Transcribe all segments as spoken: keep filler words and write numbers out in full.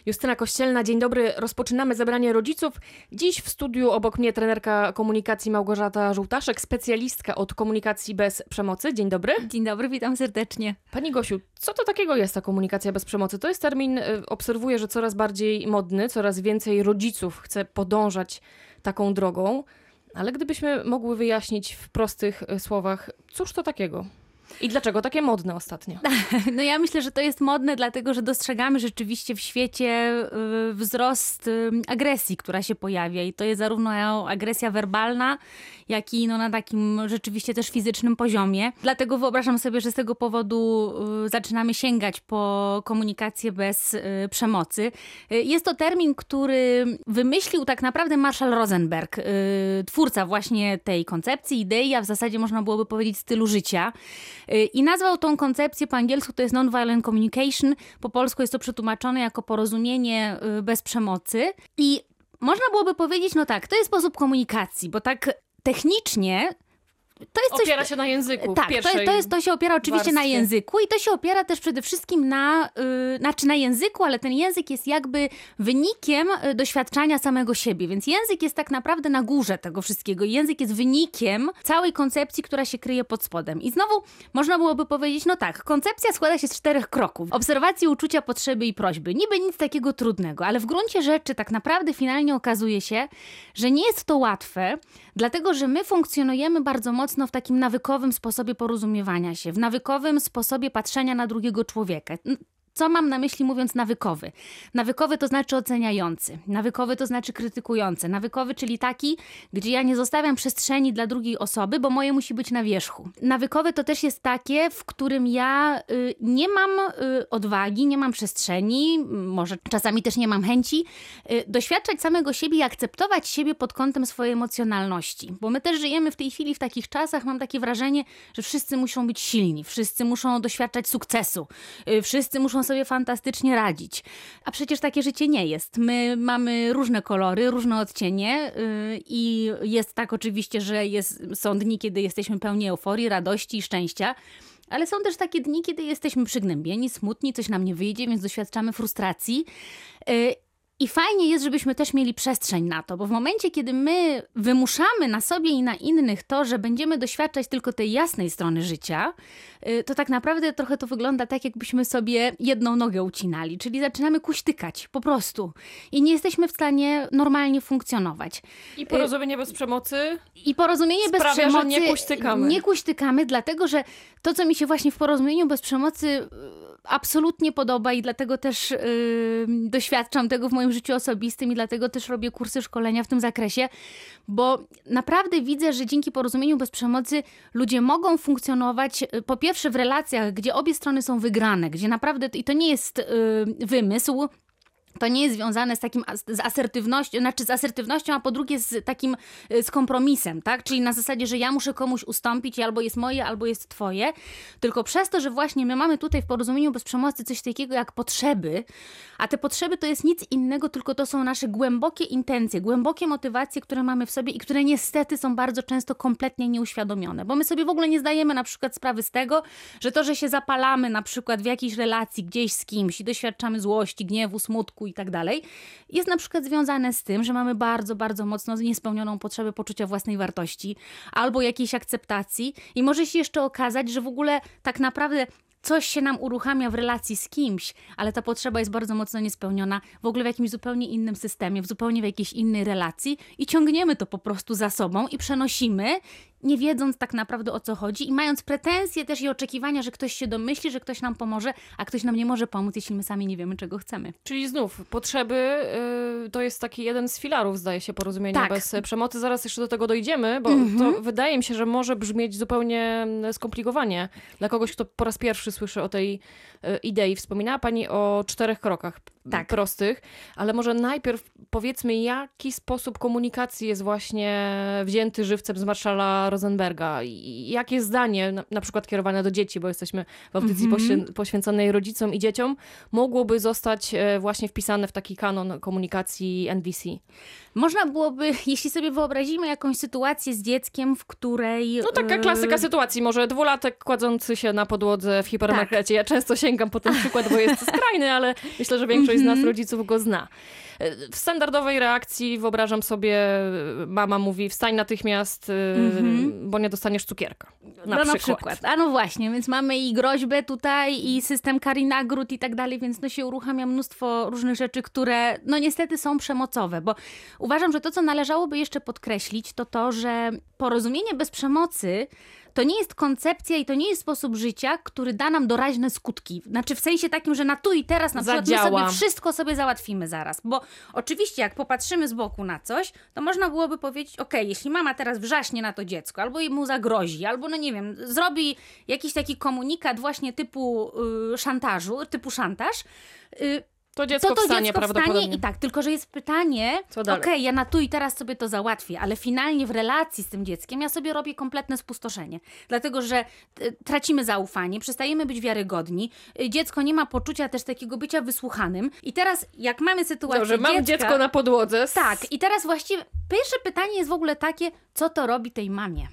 Justyna Kościelna, dzień dobry. Rozpoczynamy zebranie rodziców. Dziś w studiu obok mnie trenerka komunikacji Małgorzata Żółtaszek, specjalistka od komunikacji bez przemocy. Dzień dobry. Dzień dobry, witam serdecznie. Pani Gosiu, co to takiego jest ta komunikacja bez przemocy? To jest termin, obserwuję, że coraz bardziej modny, coraz więcej rodziców chce podążać taką drogą, ale gdybyśmy mogły wyjaśnić w prostych słowach, cóż to takiego? I dlaczego takie modne ostatnio? No ja myślę, że to jest modne, dlatego że dostrzegamy rzeczywiście w świecie wzrost agresji, która się pojawia. I to jest zarówno agresja werbalna, jak i no na takim rzeczywiście też fizycznym poziomie. Dlatego wyobrażam sobie, że z tego powodu zaczynamy sięgać po komunikację bez przemocy. Jest to termin, który wymyślił tak naprawdę Marshall Rosenberg, twórca właśnie tej koncepcji, idei, a w zasadzie można byłoby powiedzieć stylu życia. I nazwał tą koncepcję, po angielsku to jest non-violent communication, po polsku jest to przetłumaczone jako porozumienie bez przemocy. I można byłoby powiedzieć, no tak, to jest sposób komunikacji, bo tak technicznie to jest coś... Opiera się na języku. Tak, to, to, jest, to się opiera oczywiście warstwie. na języku i to się opiera też przede wszystkim na, yy, znaczy na języku, ale ten język jest jakby wynikiem doświadczania samego siebie, więc język jest tak naprawdę na górze tego wszystkiego. Język jest wynikiem całej koncepcji, która się kryje pod spodem. I znowu można byłoby powiedzieć, no tak, koncepcja składa się z czterech kroków. Obserwacji, uczucia, potrzeby i prośby. Niby nic takiego trudnego, ale w gruncie rzeczy tak naprawdę finalnie okazuje się, że nie jest to łatwe, dlatego że my funkcjonujemy bardzo mocno mocno w takim nawykowym sposobie porozumiewania się, w nawykowym sposobie patrzenia na drugiego człowieka. Co mam na myśli mówiąc nawykowy? Nawykowy to znaczy oceniający, nawykowy to znaczy krytykujący, nawykowy, czyli taki, gdzie ja nie zostawiam przestrzeni dla drugiej osoby, bo moje musi być na wierzchu. Nawykowy to też jest takie, w którym ja y, nie mam y, odwagi, nie mam przestrzeni, może czasami też nie mam chęci, y, doświadczać samego siebie i akceptować siebie pod kątem swojej emocjonalności. Bo my też żyjemy w tej chwili w takich czasach, mam takie wrażenie, że wszyscy muszą być silni, wszyscy muszą doświadczać sukcesu, y, wszyscy muszą sobie fantastycznie radzić. A przecież takie życie nie jest. My mamy różne kolory, różne odcienie yy, i jest tak oczywiście, że jest, są dni, kiedy jesteśmy pełni euforii, radości i szczęścia, ale są też takie dni, kiedy jesteśmy przygnębieni, smutni, coś nam nie wyjdzie, więc doświadczamy frustracji. Yy, I fajnie jest, żebyśmy też mieli przestrzeń na to, bo w momencie, kiedy my wymuszamy na sobie i na innych to, że będziemy doświadczać tylko tej jasnej strony życia, to tak naprawdę trochę to wygląda tak, jakbyśmy sobie jedną nogę ucinali, czyli zaczynamy kuśtykać po prostu i nie jesteśmy w stanie normalnie funkcjonować. I porozumienie bez przemocy I porozumienie sprawia, bez przemocy że nie kuśtykamy. Nie kuśtykamy, dlatego że to, co mi się właśnie w porozumieniu bez przemocy absolutnie podoba i dlatego też yy, doświadczam tego w moim życiu osobistym i dlatego też robię kursy, szkolenia w tym zakresie, bo naprawdę widzę, że dzięki porozumieniu bez przemocy ludzie mogą funkcjonować po pierwsze w relacjach, gdzie obie strony są wygrane, gdzie naprawdę, i to nie jest yy, wymysł, to nie jest związane z takim z asertywnością, znaczy z asertywnością, a po drugie z takim z kompromisem, tak? Czyli na zasadzie, że ja muszę komuś ustąpić i albo jest moje, albo jest twoje. Tylko przez to, że właśnie my mamy tutaj w porozumieniu bez przemocy coś takiego jak potrzeby, a te potrzeby to jest nic innego, tylko to są nasze głębokie intencje, głębokie motywacje, które mamy w sobie i które niestety są bardzo często kompletnie nieuświadomione. Bo my sobie w ogóle nie zdajemy na przykład sprawy z tego, że to, że się zapalamy na przykład w jakiejś relacji gdzieś z kimś i doświadczamy złości, gniewu, smutku i tak dalej, jest na przykład związane z tym, że mamy bardzo, bardzo mocno niespełnioną potrzebę poczucia własnej wartości albo jakiejś akceptacji i może się jeszcze okazać, że w ogóle tak naprawdę coś się nam uruchamia w relacji z kimś, ale ta potrzeba jest bardzo mocno niespełniona w ogóle w jakimś zupełnie innym systemie, w zupełnie w jakiejś innej relacji i ciągniemy to po prostu za sobą i przenosimy, nie wiedząc tak naprawdę o co chodzi i mając pretensje też i oczekiwania, że ktoś się domyśli, że ktoś nam pomoże, a ktoś nam nie może pomóc, jeśli my sami nie wiemy, czego chcemy. Czyli znów, potrzeby yy, to jest taki jeden z filarów, zdaje się, porozumienia tak. bez przemocy. Zaraz jeszcze do tego dojdziemy, bo Mm-hmm. to wydaje mi się, że może brzmieć zupełnie skomplikowanie dla kogoś, kto po raz pierwszy słyszy o tej yy, idei. Wspominała pani o czterech krokach tak. prostych, ale może najpierw powiedzmy, jaki sposób komunikacji jest właśnie wzięty żywcem z Marshalla Rosenberga. I jakie zdanie, na, na przykład kierowane do dzieci, bo jesteśmy w audycji Mhm. poświę- poświęconej rodzicom i dzieciom, mogłoby zostać e, właśnie wpisane w taki kanon komunikacji N V C? Można byłoby, jeśli sobie wyobrazimy jakąś sytuację z dzieckiem, w której... No taka yy, klasyka sytuacji, może dwulatek kładzący się na podłodze w hipermarkecie. Ja często sięgam po ten przykład, bo jest skrajny, ale myślę, że większość z nas rodziców go zna. W standardowej reakcji wyobrażam sobie, mama mówi, wstań natychmiast, Mhm. bo nie dostaniesz cukierka. Na, no, przykład. na przykład. A no właśnie, więc mamy i groźbę tutaj, i system kar i nagród i tak dalej, więc no się uruchamia mnóstwo różnych rzeczy, które no niestety są przemocowe, bo uważam, że to, co należałoby jeszcze podkreślić, to to, że porozumienie bez przemocy to nie jest koncepcja i to nie jest sposób życia, który da nam doraźne skutki. Znaczy w sensie takim, że na tu i teraz na przykład my Zadziała. sobie wszystko sobie załatwimy zaraz. Bo oczywiście jak popatrzymy z boku na coś, to można byłoby powiedzieć, okej, jeśli mama teraz wrzaśnie na to dziecko, albo mu zagrozi, albo no nie wiem, zrobi jakiś taki komunikat właśnie typu y, szantażu, typu szantaż, y, To dziecko to to wstanie dziecko prawdopodobnie. wstanie i tak, tylko że jest pytanie, Co okej, dalej? ja na tu i teraz sobie to załatwię, ale finalnie w relacji z tym dzieckiem ja sobie robię kompletne spustoszenie. Dlatego, że y, tracimy zaufanie, przestajemy być wiarygodni, y, dziecko nie ma poczucia też takiego bycia wysłuchanym i teraz jak mamy sytuację Dobrze, mam dziecka, dziecko na podłodze. s- Tak, i teraz właściwie pierwsze pytanie jest w ogóle takie, co to robi tej mamie?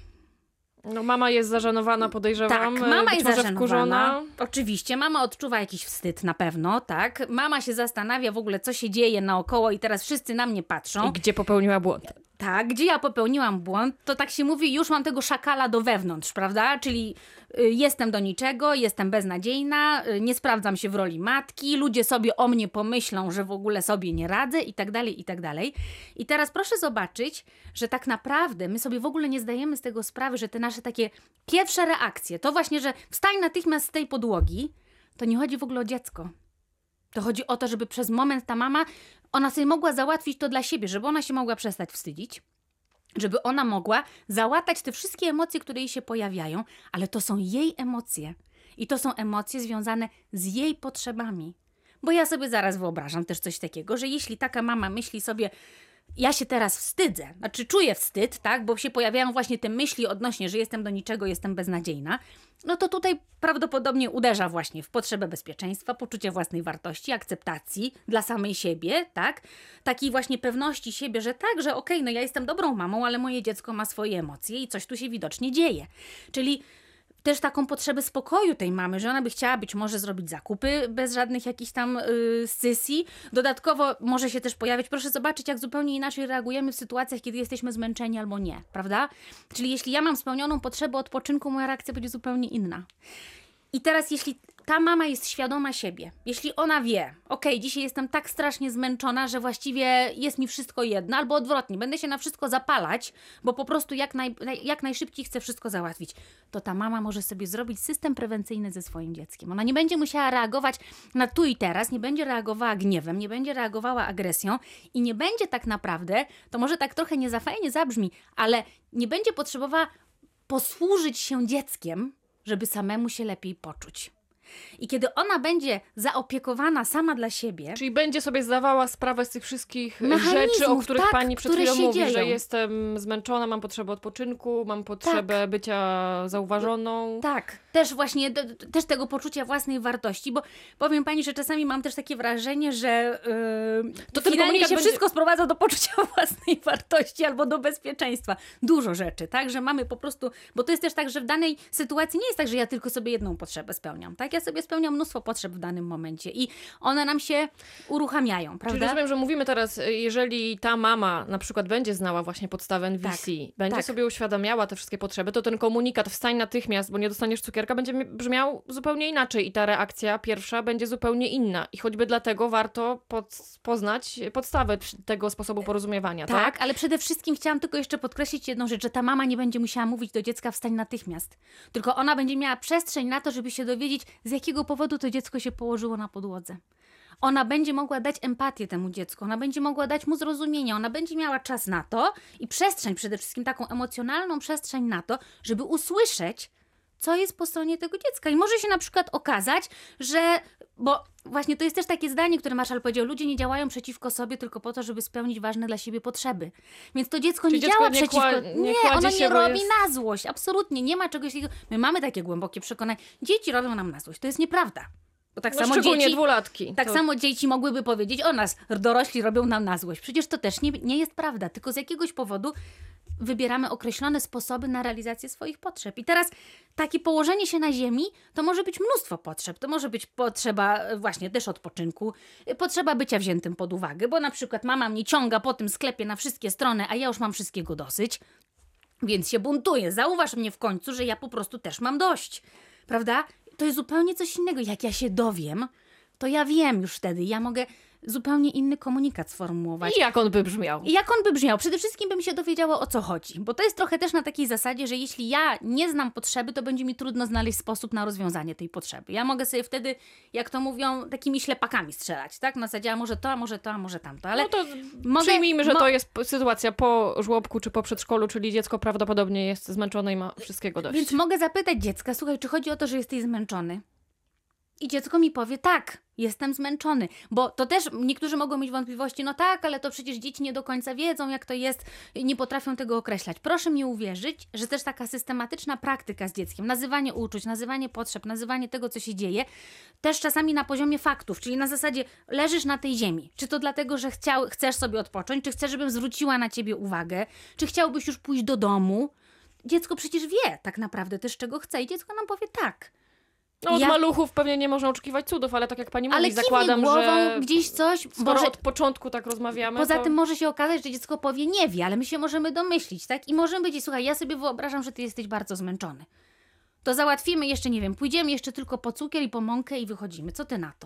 No, mama jest zażenowana, podejrzewam. Tak, mama być jest może zażenowana. wkurzona. Oczywiście, mama odczuwa jakiś wstyd na pewno, tak? Mama się zastanawia w ogóle, co się dzieje naokoło i teraz wszyscy na mnie patrzą. I gdzie popełniła błąd. Tak, gdzie ja popełniłam błąd, to tak się mówi, już mam tego szakala do wewnątrz, prawda? Czyli y, jestem do niczego, jestem beznadziejna, y, nie sprawdzam się w roli matki, ludzie sobie o mnie pomyślą, że w ogóle sobie nie radzę i tak dalej, i tak dalej. I teraz proszę zobaczyć, że tak naprawdę my sobie w ogóle nie zdajemy z tego sprawy, że te nasze takie pierwsze reakcje, to właśnie, że wstań natychmiast z tej podłogi, to nie chodzi w ogóle o dziecko. To chodzi o to, żeby przez moment ta mama, ona sobie mogła załatwić to dla siebie, żeby ona się mogła przestać wstydzić, żeby ona mogła załatać te wszystkie emocje, które jej się pojawiają, ale to są jej emocje. I to są emocje związane z jej potrzebami. Bo ja sobie zaraz wyobrażam też coś takiego, że jeśli taka mama myśli sobie, ja się teraz wstydzę, znaczy czuję wstyd, tak, bo się pojawiają właśnie te myśli odnośnie, że jestem do niczego, jestem beznadziejna, no to tutaj prawdopodobnie uderza właśnie w potrzebę bezpieczeństwa, poczucia własnej wartości, akceptacji dla samej siebie, tak, takiej właśnie pewności siebie, że tak, że okej, okay, no ja jestem dobrą mamą, ale moje dziecko ma swoje emocje i coś tu się widocznie dzieje. Czyli też taką potrzebę spokoju tej mamy, że ona by chciała być może zrobić zakupy bez żadnych jakichś tam yy, scysji. Dodatkowo może się też pojawić, proszę zobaczyć, jak zupełnie inaczej reagujemy w sytuacjach, kiedy jesteśmy zmęczeni albo nie, prawda? Czyli jeśli ja mam spełnioną potrzebę odpoczynku, moja reakcja będzie zupełnie inna. I teraz jeśli ta mama jest świadoma siebie, jeśli ona wie, okej, dzisiaj jestem tak strasznie zmęczona, że właściwie jest mi wszystko jedno, albo odwrotnie, będę się na wszystko zapalać, bo po prostu jak, naj, jak najszybciej chcę wszystko załatwić, to ta mama może sobie zrobić system prewencyjny ze swoim dzieckiem. Ona nie będzie musiała reagować na tu i teraz, nie będzie reagowała gniewem, nie będzie reagowała agresją i nie będzie tak naprawdę, to może tak trochę nie za fajnie zabrzmi, ale nie będzie potrzebowała posłużyć się dzieckiem, żeby samemu się lepiej poczuć. I kiedy ona będzie zaopiekowana sama dla siebie... Czyli będzie sobie zdawała sprawę z tych wszystkich mechanizmów, rzeczy, o których tak, pani przed które chwilą się mówi, dzieją. że jestem zmęczona, mam potrzebę odpoczynku, mam potrzebę Tak. bycia zauważoną. Tak, też właśnie, d- d- też tego poczucia własnej wartości, bo powiem pani, że czasami mam też takie wrażenie, że yy, To to ten finalnie komunikat się będzie- wszystko sprowadza do poczucia własnej wartości albo do bezpieczeństwa. Dużo rzeczy, tak, że mamy po prostu, bo to jest też tak, że w danej sytuacji nie jest tak, że ja tylko sobie jedną potrzebę spełniam, tak, ja sobie spełniam mnóstwo potrzeb w danym momencie i one nam się uruchamiają, Czyli prawda? rozumiem, że mówimy teraz, jeżeli ta mama na przykład będzie znała właśnie podstawę N V C, Tak, będzie tak. sobie uświadamiała te wszystkie potrzeby, to ten komunikat wstań natychmiast, bo nie dostaniesz cukierka, będzie mi- brzmiał zupełnie inaczej i ta reakcja pierwsza będzie zupełnie inna. I choćby dlatego warto pod, poznać podstawę tego sposobu porozumiewania, tak? Tak, ale przede wszystkim chciałam tylko jeszcze podkreślić jedną rzecz, że ta mama nie będzie musiała mówić do dziecka wstań natychmiast. Tylko ona będzie miała przestrzeń na to, żeby się dowiedzieć, z jakiego powodu to dziecko się położyło na podłodze. Ona będzie mogła dać empatię temu dziecku, ona będzie mogła dać mu zrozumienie, ona będzie miała czas na to i przestrzeń, przede wszystkim taką emocjonalną przestrzeń na to, żeby usłyszeć, co jest po stronie tego dziecka. I może się na przykład okazać, że, bo właśnie to jest też takie zdanie, które Marshall powiedział, ludzie nie działają przeciwko sobie tylko po to, żeby spełnić ważne dla siebie potrzeby. Więc to dziecko Czyli nie dziecko działa nie przeciwko... kła- nie nie, kładzie ono się, nie bo robi jest- na złość. Absolutnie. Nie ma czegoś takiego. My mamy takie głębokie przekonanie. Dzieci robią nam na złość. To jest nieprawda. Bo tak No, samo szczególnie dzieci... dwulatki. Tak To- samo dzieci mogłyby powiedzieć o nas, dorośli robią nam na złość. Przecież to też nie, nie jest prawda, tylko z jakiegoś powodu wybieramy określone sposoby na realizację swoich potrzeb. I teraz takie położenie się na ziemi, to może być mnóstwo potrzeb. To może być potrzeba e, właśnie też odpoczynku, e, potrzeba bycia wziętym pod uwagę, bo na przykład mama mnie ciąga po tym sklepie na wszystkie strony, a ja już mam wszystkiego dosyć, więc się buntuję. Zauważ mnie w końcu, że ja po prostu też mam dość. Prawda? To jest zupełnie coś innego. Jak ja się dowiem, to ja wiem już wtedy. Ja mogę zupełnie inny komunikat sformułować. I jak on by brzmiał? I jak on by brzmiał? Przede wszystkim bym się dowiedziała, o co chodzi. Bo to jest trochę też na takiej zasadzie, że jeśli ja nie znam potrzeby, to będzie mi trudno znaleźć sposób na rozwiązanie tej potrzeby. Ja mogę sobie wtedy, jak to mówią, takimi ślepakami strzelać, tak? Na zasadzie, a może to, a może to, a może tamto. Ale No to mogę- przyjmijmy, że mo- to jest p- sytuacja po żłobku czy po przedszkolu, czyli dziecko prawdopodobnie jest zmęczone i ma wszystkiego dość. Więc mogę zapytać dziecka, słuchaj, czy chodzi o to, że jesteś zmęczony? I dziecko mi powie, tak, jestem zmęczony. Bo to też niektórzy mogą mieć wątpliwości, no tak, ale to przecież dzieci nie do końca wiedzą, jak to jest, nie potrafią tego określać. Proszę mi uwierzyć, że też taka systematyczna praktyka z dzieckiem, nazywanie uczuć, nazywanie potrzeb, nazywanie tego, co się dzieje, też czasami na poziomie faktów, czyli na zasadzie leżysz na tej ziemi. Czy to dlatego, że chciał, chcesz sobie odpocząć, czy chcesz, żebym zwróciła na ciebie uwagę, czy chciałbyś już pójść do domu? Dziecko przecież wie tak naprawdę też, czego chce i dziecko nam powie tak. No od ja- maluchów pewnie nie można oczekiwać cudów, ale tak jak pani mówi, Ale kiwnie zakładam, głową że gdzieś coś, skoro może, od początku tak rozmawiamy, poza to... tym może się okazać, że dziecko powie nie wie, ale my się możemy domyślić, tak? I możemy być, słuchaj, ja sobie wyobrażam, że ty jesteś bardzo zmęczony. To załatwimy jeszcze, nie wiem, pójdziemy jeszcze tylko po cukier i po mąkę i wychodzimy. Co ty na to?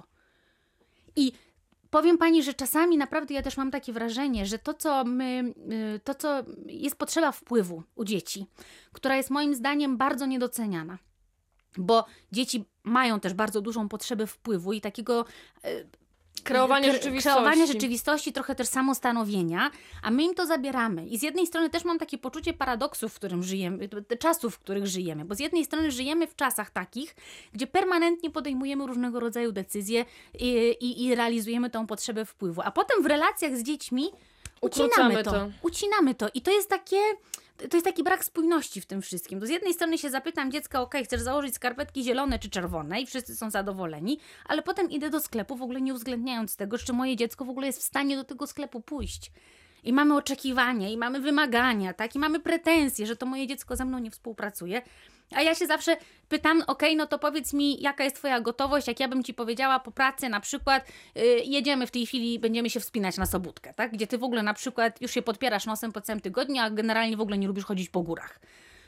I powiem pani, że czasami naprawdę ja też mam takie wrażenie, że to, co my, y, to, co jest potrzeba wpływu u dzieci, która jest moim zdaniem bardzo niedoceniana. Bo dzieci mają też bardzo dużą potrzebę wpływu i takiego y, Kreowanie kre- rzeczywistości. kreowania rzeczywistości, trochę też samostanowienia, a my im to zabieramy. I z jednej strony też mam takie poczucie paradoksu, w którym żyjemy, t- czasów, w których żyjemy, bo z jednej strony żyjemy w czasach takich, gdzie permanentnie podejmujemy różnego rodzaju decyzje i, i, i realizujemy tą potrzebę wpływu, a potem w relacjach z dziećmi ucinamy Ukrócamy to, to. ucinamy to i to jest takie... To jest taki brak spójności w tym wszystkim. To z jednej strony się zapytam dziecka, okej, chcesz założyć skarpetki zielone czy czerwone i wszyscy są zadowoleni, ale potem idę do sklepu w ogóle nie uwzględniając tego, czy moje dziecko w ogóle jest w stanie do tego sklepu pójść. I mamy oczekiwania, i mamy wymagania, tak? I mamy pretensje, że to moje dziecko ze mną nie współpracuje. A ja się zawsze pytam, okej, no to powiedz mi, jaka jest twoja gotowość, jak ja bym ci powiedziała po pracy na przykład, yy, jedziemy w tej chwili, będziemy się wspinać na Sobótkę, tak? Gdzie ty w ogóle na przykład już się podpierasz nosem po całym tygodniu, a generalnie w ogóle nie lubisz chodzić po górach.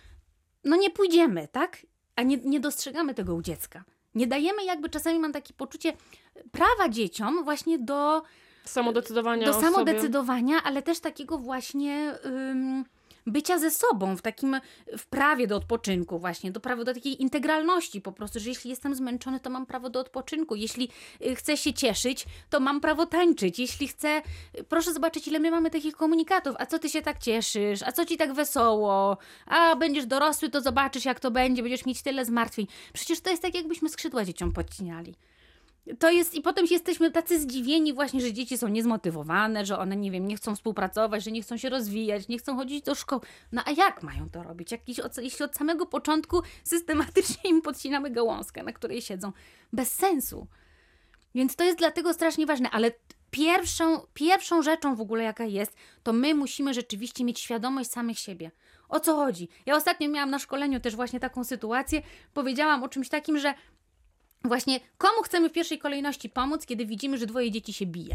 No nie pójdziemy, tak? A nie, nie dostrzegamy tego u dziecka. Nie dajemy jakby, czasami mam takie poczucie prawa dzieciom właśnie do Samodecydowania do o sobie. samodecydowania, ale też takiego właśnie ym, bycia ze sobą, w takim w prawie do odpoczynku właśnie, do prawa do takiej integralności po prostu, że jeśli jestem zmęczony, to mam prawo do odpoczynku. Jeśli y, chcę się cieszyć, to mam prawo tańczyć. Jeśli chcę, y, proszę zobaczyć, ile my mamy takich komunikatów. A co ty się tak cieszysz? A co ci tak wesoło? A będziesz dorosły, to zobaczysz, jak to będzie. Będziesz mieć tyle zmartwień. Przecież to jest tak, jakbyśmy skrzydła dzieciom podcinali. To jest, i potem jesteśmy tacy zdziwieni właśnie, że dzieci są niezmotywowane, że one, nie wiem, nie chcą współpracować, że nie chcą się rozwijać, nie chcą chodzić do szkoły. No a jak mają to robić? Jakiś, od, jeśli od samego początku systematycznie im podcinamy gałązkę, na której siedzą. Bez sensu. Więc to jest dlatego strasznie ważne, ale pierwszą, pierwszą rzeczą w ogóle jaka jest, to my musimy rzeczywiście mieć świadomość samych siebie. O co chodzi? Ja ostatnio miałam na szkoleniu też właśnie taką sytuację, powiedziałam o czymś takim, że właśnie komu chcemy w pierwszej kolejności pomóc, kiedy widzimy, że dwoje dzieci się bije?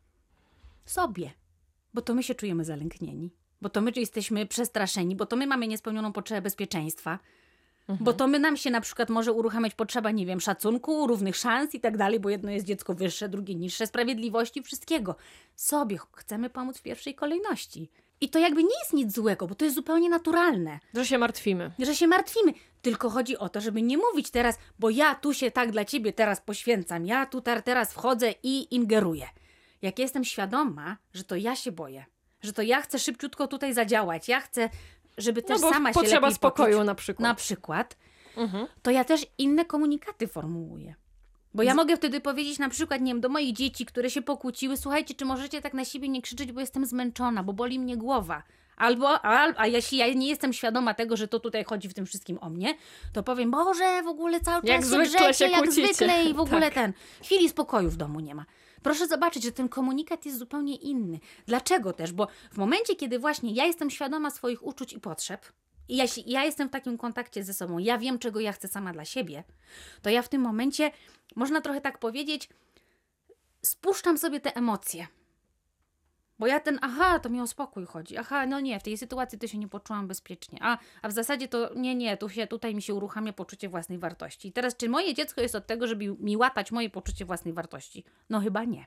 Sobie. Bo to my się czujemy zalęknieni. Bo to my jesteśmy przestraszeni. Bo to my mamy niespełnioną potrzebę bezpieczeństwa. Mhm. Bo to my nam się na przykład może uruchamiać potrzeba, nie wiem, szacunku, równych szans i tak dalej, bo jedno jest dziecko wyższe, drugie niższe, sprawiedliwości, wszystkiego. Sobie chcemy pomóc w pierwszej kolejności. I to jakby nie jest nic złego, bo to jest zupełnie naturalne. Że się martwimy. Że się martwimy. Tylko chodzi o to, żeby nie mówić teraz, bo ja tu się tak dla ciebie teraz poświęcam, ja tu teraz wchodzę i ingeruję. Jak jestem świadoma, że to ja się boję, że to ja chcę szybciutko tutaj zadziałać, ja chcę, żeby też no bo sama się potrzeba lepiej spokoju poczuć, na przykład. Na przykład. mhm. to ja też inne komunikaty formułuję. Bo ja mogę wtedy powiedzieć na przykład, nie wiem, do moich dzieci, które się pokłóciły, słuchajcie, czy możecie tak na siebie nie krzyczeć, bo jestem zmęczona, bo boli mnie głowa. Albo, a, a jeśli ja nie jestem świadoma tego, że to tutaj chodzi w tym wszystkim o mnie, to powiem, Boże, w ogóle cały czas jak się zwykle drzecie, się jak kłócicie. zwykle i w ogóle tak. ten. Chwili spokoju w domu nie ma. Proszę zobaczyć, że ten komunikat jest zupełnie inny. Dlaczego też? Bo w momencie, kiedy właśnie ja jestem świadoma swoich uczuć i potrzeb, i jeśli ja jestem w takim kontakcie ze sobą, ja wiem, czego ja chcę sama dla siebie, to ja w tym momencie, można trochę tak powiedzieć, spuszczam sobie te emocje. Bo ja ten, aha, to mi o spokój chodzi, aha, no nie, w tej sytuacji to się nie poczułam bezpiecznie, a, a w zasadzie to nie, nie, tu się, tutaj mi się uruchamia poczucie własnej wartości. I teraz, czy moje dziecko jest od tego, żeby mi łatać moje poczucie własnej wartości? No chyba nie.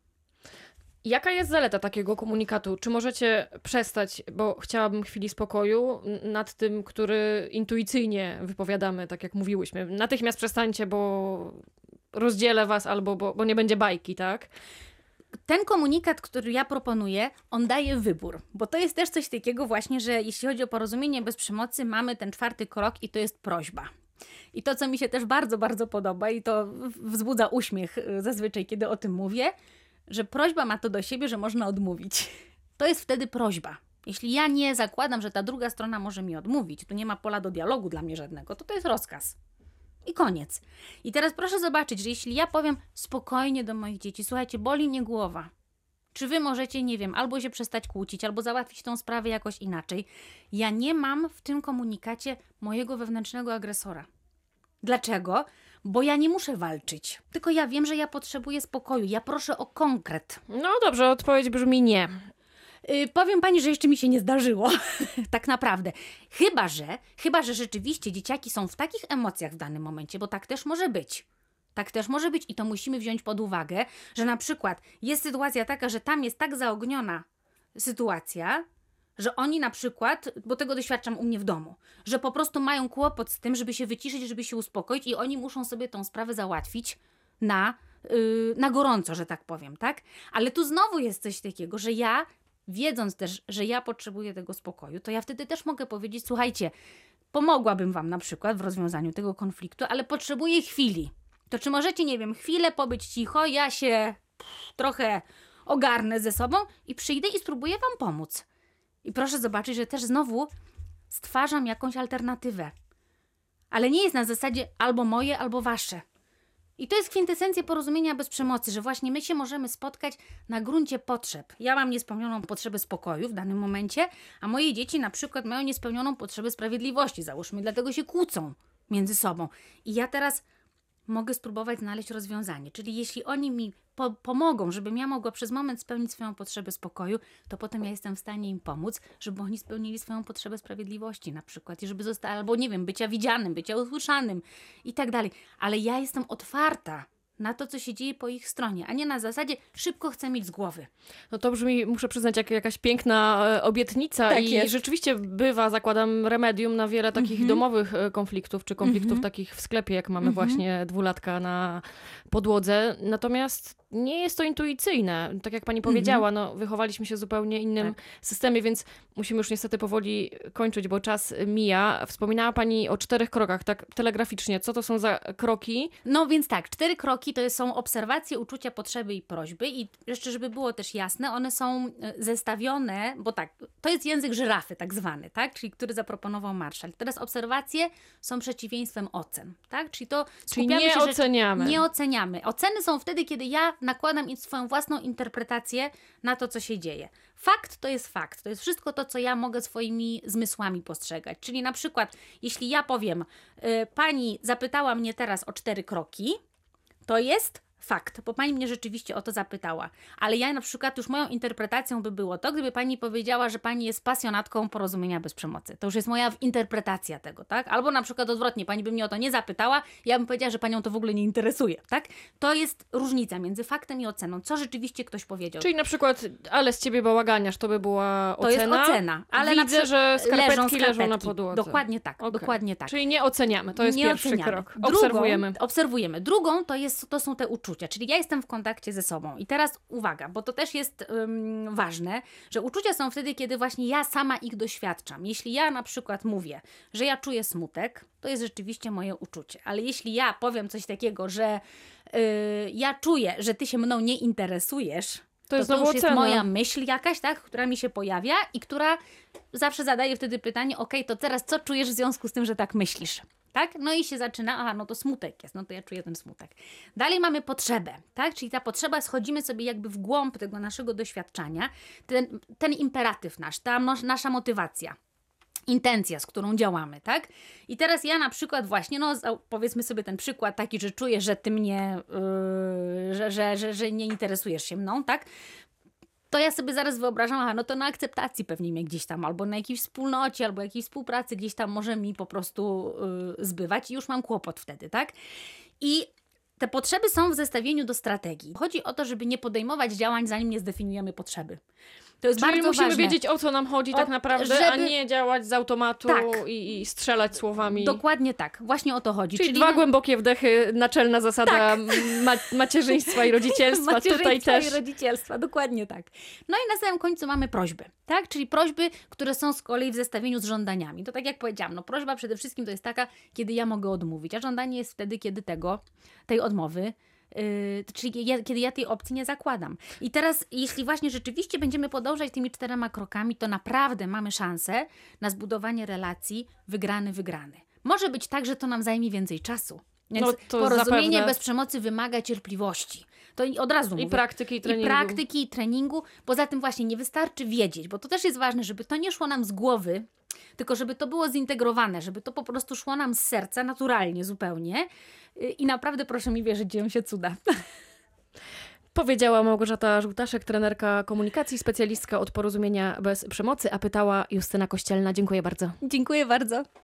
Jaka jest zaleta takiego komunikatu? Czy możecie przestać, bo chciałabym chwili spokoju nad tym, który intuicyjnie wypowiadamy, tak jak mówiłyśmy. Natychmiast przestańcie, bo rozdzielę was albo bo, bo nie będzie bajki, tak? Ten komunikat, który ja proponuję, on daje wybór, bo to jest też coś takiego właśnie, że jeśli chodzi o porozumienie bez przemocy, mamy ten czwarty krok i to jest prośba. I to, co mi się też bardzo, bardzo podoba i to wzbudza uśmiech zazwyczaj, kiedy o tym mówię, że prośba ma to do siebie, że można odmówić. To jest wtedy prośba. Jeśli ja nie zakładam, że ta druga strona może mi odmówić, tu nie ma pola do dialogu dla mnie żadnego, to to jest rozkaz. I koniec. I teraz proszę zobaczyć, że jeśli ja powiem spokojnie do moich dzieci, słuchajcie, boli mnie głowa. Czy wy możecie, nie wiem, albo się przestać kłócić, albo załatwić tą sprawę jakoś inaczej. Ja nie mam w tym komunikacie mojego wewnętrznego agresora. Dlaczego? Bo ja nie muszę walczyć. Tylko ja wiem, że ja potrzebuję spokoju. Ja proszę o konkret. No dobrze, odpowiedź brzmi nie. Yy, powiem pani, że jeszcze mi się nie zdarzyło. Tak naprawdę. Chyba, że, chyba, że rzeczywiście dzieciaki są w takich emocjach w danym momencie, bo tak też może być. Tak też może być i to musimy wziąć pod uwagę, że na przykład jest sytuacja taka, że tam jest tak zaogniona sytuacja, że oni na przykład, bo tego doświadczam u mnie w domu, że po prostu mają kłopot z tym, żeby się wyciszyć, żeby się uspokoić i oni muszą sobie tą sprawę załatwić na, yy, na gorąco, że tak powiem, tak? Ale tu znowu jest coś takiego, że ja, wiedząc też, że ja potrzebuję tego spokoju, to ja wtedy też mogę powiedzieć, słuchajcie, pomogłabym wam na przykład w rozwiązaniu tego konfliktu, ale potrzebuję chwili. To czy możecie, nie wiem, chwilę pobyć cicho, ja się pff, trochę ogarnę ze sobą i przyjdę i spróbuję wam pomóc. I proszę zobaczyć, że też znowu stwarzam jakąś alternatywę. Ale nie jest na zasadzie albo moje, albo wasze. I to jest kwintesencja porozumienia bez przemocy, że właśnie my się możemy spotkać na gruncie potrzeb. Ja mam niespełnioną potrzebę spokoju w danym momencie, a moje dzieci na przykład mają niespełnioną potrzebę sprawiedliwości, załóżmy, dlatego się kłócą między sobą. I ja teraz mogę spróbować znaleźć rozwiązanie. Czyli jeśli oni mi po- pomogą, żebym ja mogła przez moment spełnić swoją potrzebę spokoju, to potem ja jestem w stanie im pomóc, żeby oni spełnili swoją potrzebę sprawiedliwości na przykład i żeby zostali, albo nie wiem, bycia widzianym, bycia usłyszanym i tak dalej. Ale ja jestem otwarta na to, co się dzieje po ich stronie, a nie na zasadzie szybko chcę mieć z głowy. No to brzmi, muszę przyznać, jak jakaś piękna e, obietnica Tak i jest. rzeczywiście bywa, zakładam, remedium na wiele takich Mhm. domowych e, konfliktów, czy konfliktów Mhm. takich w sklepie, jak mamy Mhm. właśnie dwulatka na podłodze. Natomiast nie jest to intuicyjne. Tak jak pani powiedziała, no wychowaliśmy się w zupełnie innym Tak. systemie, więc musimy już niestety powoli kończyć, bo czas mija. Wspominała pani o czterech krokach, tak telegraficznie. Co to są za kroki? No więc tak, cztery kroki to są obserwacje, uczucia, potrzeby i prośby i jeszcze, żeby było też jasne, one są e, zestawione, bo tak, to jest język żyrafy tak zwany, tak, czyli który zaproponował Marshall. Teraz obserwacje są przeciwieństwem ocen, tak, czyli to Czyli skupiamy nie się, że oceniamy. nie oceniamy. Oceny są wtedy, kiedy ja nakładam in- swoją własną interpretację na to, co się dzieje. Fakt to jest fakt, to jest wszystko to, co ja mogę swoimi zmysłami postrzegać, czyli na przykład, jeśli ja powiem, y, pani zapytała mnie teraz o cztery kroki, to jest fakt, bo pani mnie rzeczywiście o to zapytała. Ale ja na przykład już moją interpretacją by było to, gdyby pani powiedziała, że pani jest pasjonatką porozumienia bez przemocy. To już jest moja interpretacja tego, tak? Albo na przykład odwrotnie, pani by mnie o to nie zapytała, ja bym powiedziała, że panią to w ogóle nie interesuje, tak? To jest różnica między faktem i oceną. Co rzeczywiście ktoś powiedział. Czyli na przykład, ale z ciebie bałaganiarz, to by była To ocena. jest ocena. Ale na Widzę, przykład że skarpetki leżą leżą na skarpetki. podłodze. Dokładnie tak, Okej. dokładnie tak. Czyli nie oceniamy, to jest Nie pierwszy oceniamy. krok. Drugą, Obserwujemy. Obserwujemy. Drugą to, jest, to są te uczucia. uczucia, czyli ja jestem w kontakcie ze sobą. I teraz uwaga, bo to też jest ym, ważne, że uczucia są wtedy, kiedy właśnie ja sama ich doświadczam. Jeśli ja na przykład mówię, że ja czuję smutek, to jest rzeczywiście moje uczucie. Ale jeśli ja powiem coś takiego, że yy, ja czuję, że ty się mną nie interesujesz, To, jest to, to już ocena. jest moja myśl jakaś, tak, która mi się pojawia i która zawsze zadaje wtedy pytanie, okej, to teraz co czujesz w związku z tym, że tak myślisz? Tak? No i się zaczyna, aha, no to smutek jest, no to ja czuję ten smutek. Dalej mamy potrzebę, tak? Czyli ta potrzeba, schodzimy sobie jakby w głąb tego naszego doświadczenia, ten, ten imperatyw nasz, ta nos- nasza motywacja. Intencja, z którą działamy, tak? I teraz ja na przykład właśnie, no powiedzmy sobie ten przykład taki, że czuję, że ty mnie, yy, że, że, że, że nie interesujesz się mną, tak? To ja sobie zaraz wyobrażam, aha, no to na akceptacji pewnie mnie gdzieś tam, albo na jakiejś wspólnocie, albo jakiejś współpracy gdzieś tam może mi po prostu yy, zbywać i już mam kłopot wtedy, tak? I te potrzeby są w zestawieniu do strategii. Chodzi o to, żeby nie podejmować działań, zanim nie zdefiniujemy potrzeby. To jest Czyli bardzo musimy ważne. wiedzieć, o co nam chodzi O- tak naprawdę, żeby- a nie działać z automatu Tak. i, i strzelać słowami. Dokładnie tak, właśnie o to chodzi. Czyli, dwa no- głębokie wdechy, naczelna zasada Tak. ma- macierzyństwa i rodzicielstwa. Tutaj Macierzyństwa też. i rodzicielstwa, dokładnie tak. No i na samym końcu mamy prośby, tak? Czyli prośby, które są z kolei w zestawieniu z żądaniami. To tak jak powiedziałam, no prośba przede wszystkim to jest taka, kiedy ja mogę odmówić, a żądanie jest wtedy, kiedy tego, tej odmowy Yy, czyli ja, kiedy ja tej opcji nie zakładam. I teraz, jeśli właśnie rzeczywiście będziemy podążać tymi czterema krokami, to naprawdę mamy szansę na zbudowanie relacji wygrany-wygrany. Może być tak, że to nam zajmie więcej czasu. Więc No to porozumienie zapewne. bez przemocy wymaga cierpliwości. To i od razu I mówię. praktyki, i I treningu. praktyki, i treningu. Poza tym właśnie nie wystarczy wiedzieć, bo to też jest ważne, żeby to nie szło nam z głowy, tylko żeby to było zintegrowane, żeby to po prostu szło nam z serca, naturalnie zupełnie. I naprawdę proszę mi wierzyć, dzieją się cuda. Powiedziała Małgorzata Żółtaszek, trenerka komunikacji, specjalistka od porozumienia bez przemocy, a pytała Justyna Kościelna. Dziękuję bardzo. Dziękuję bardzo.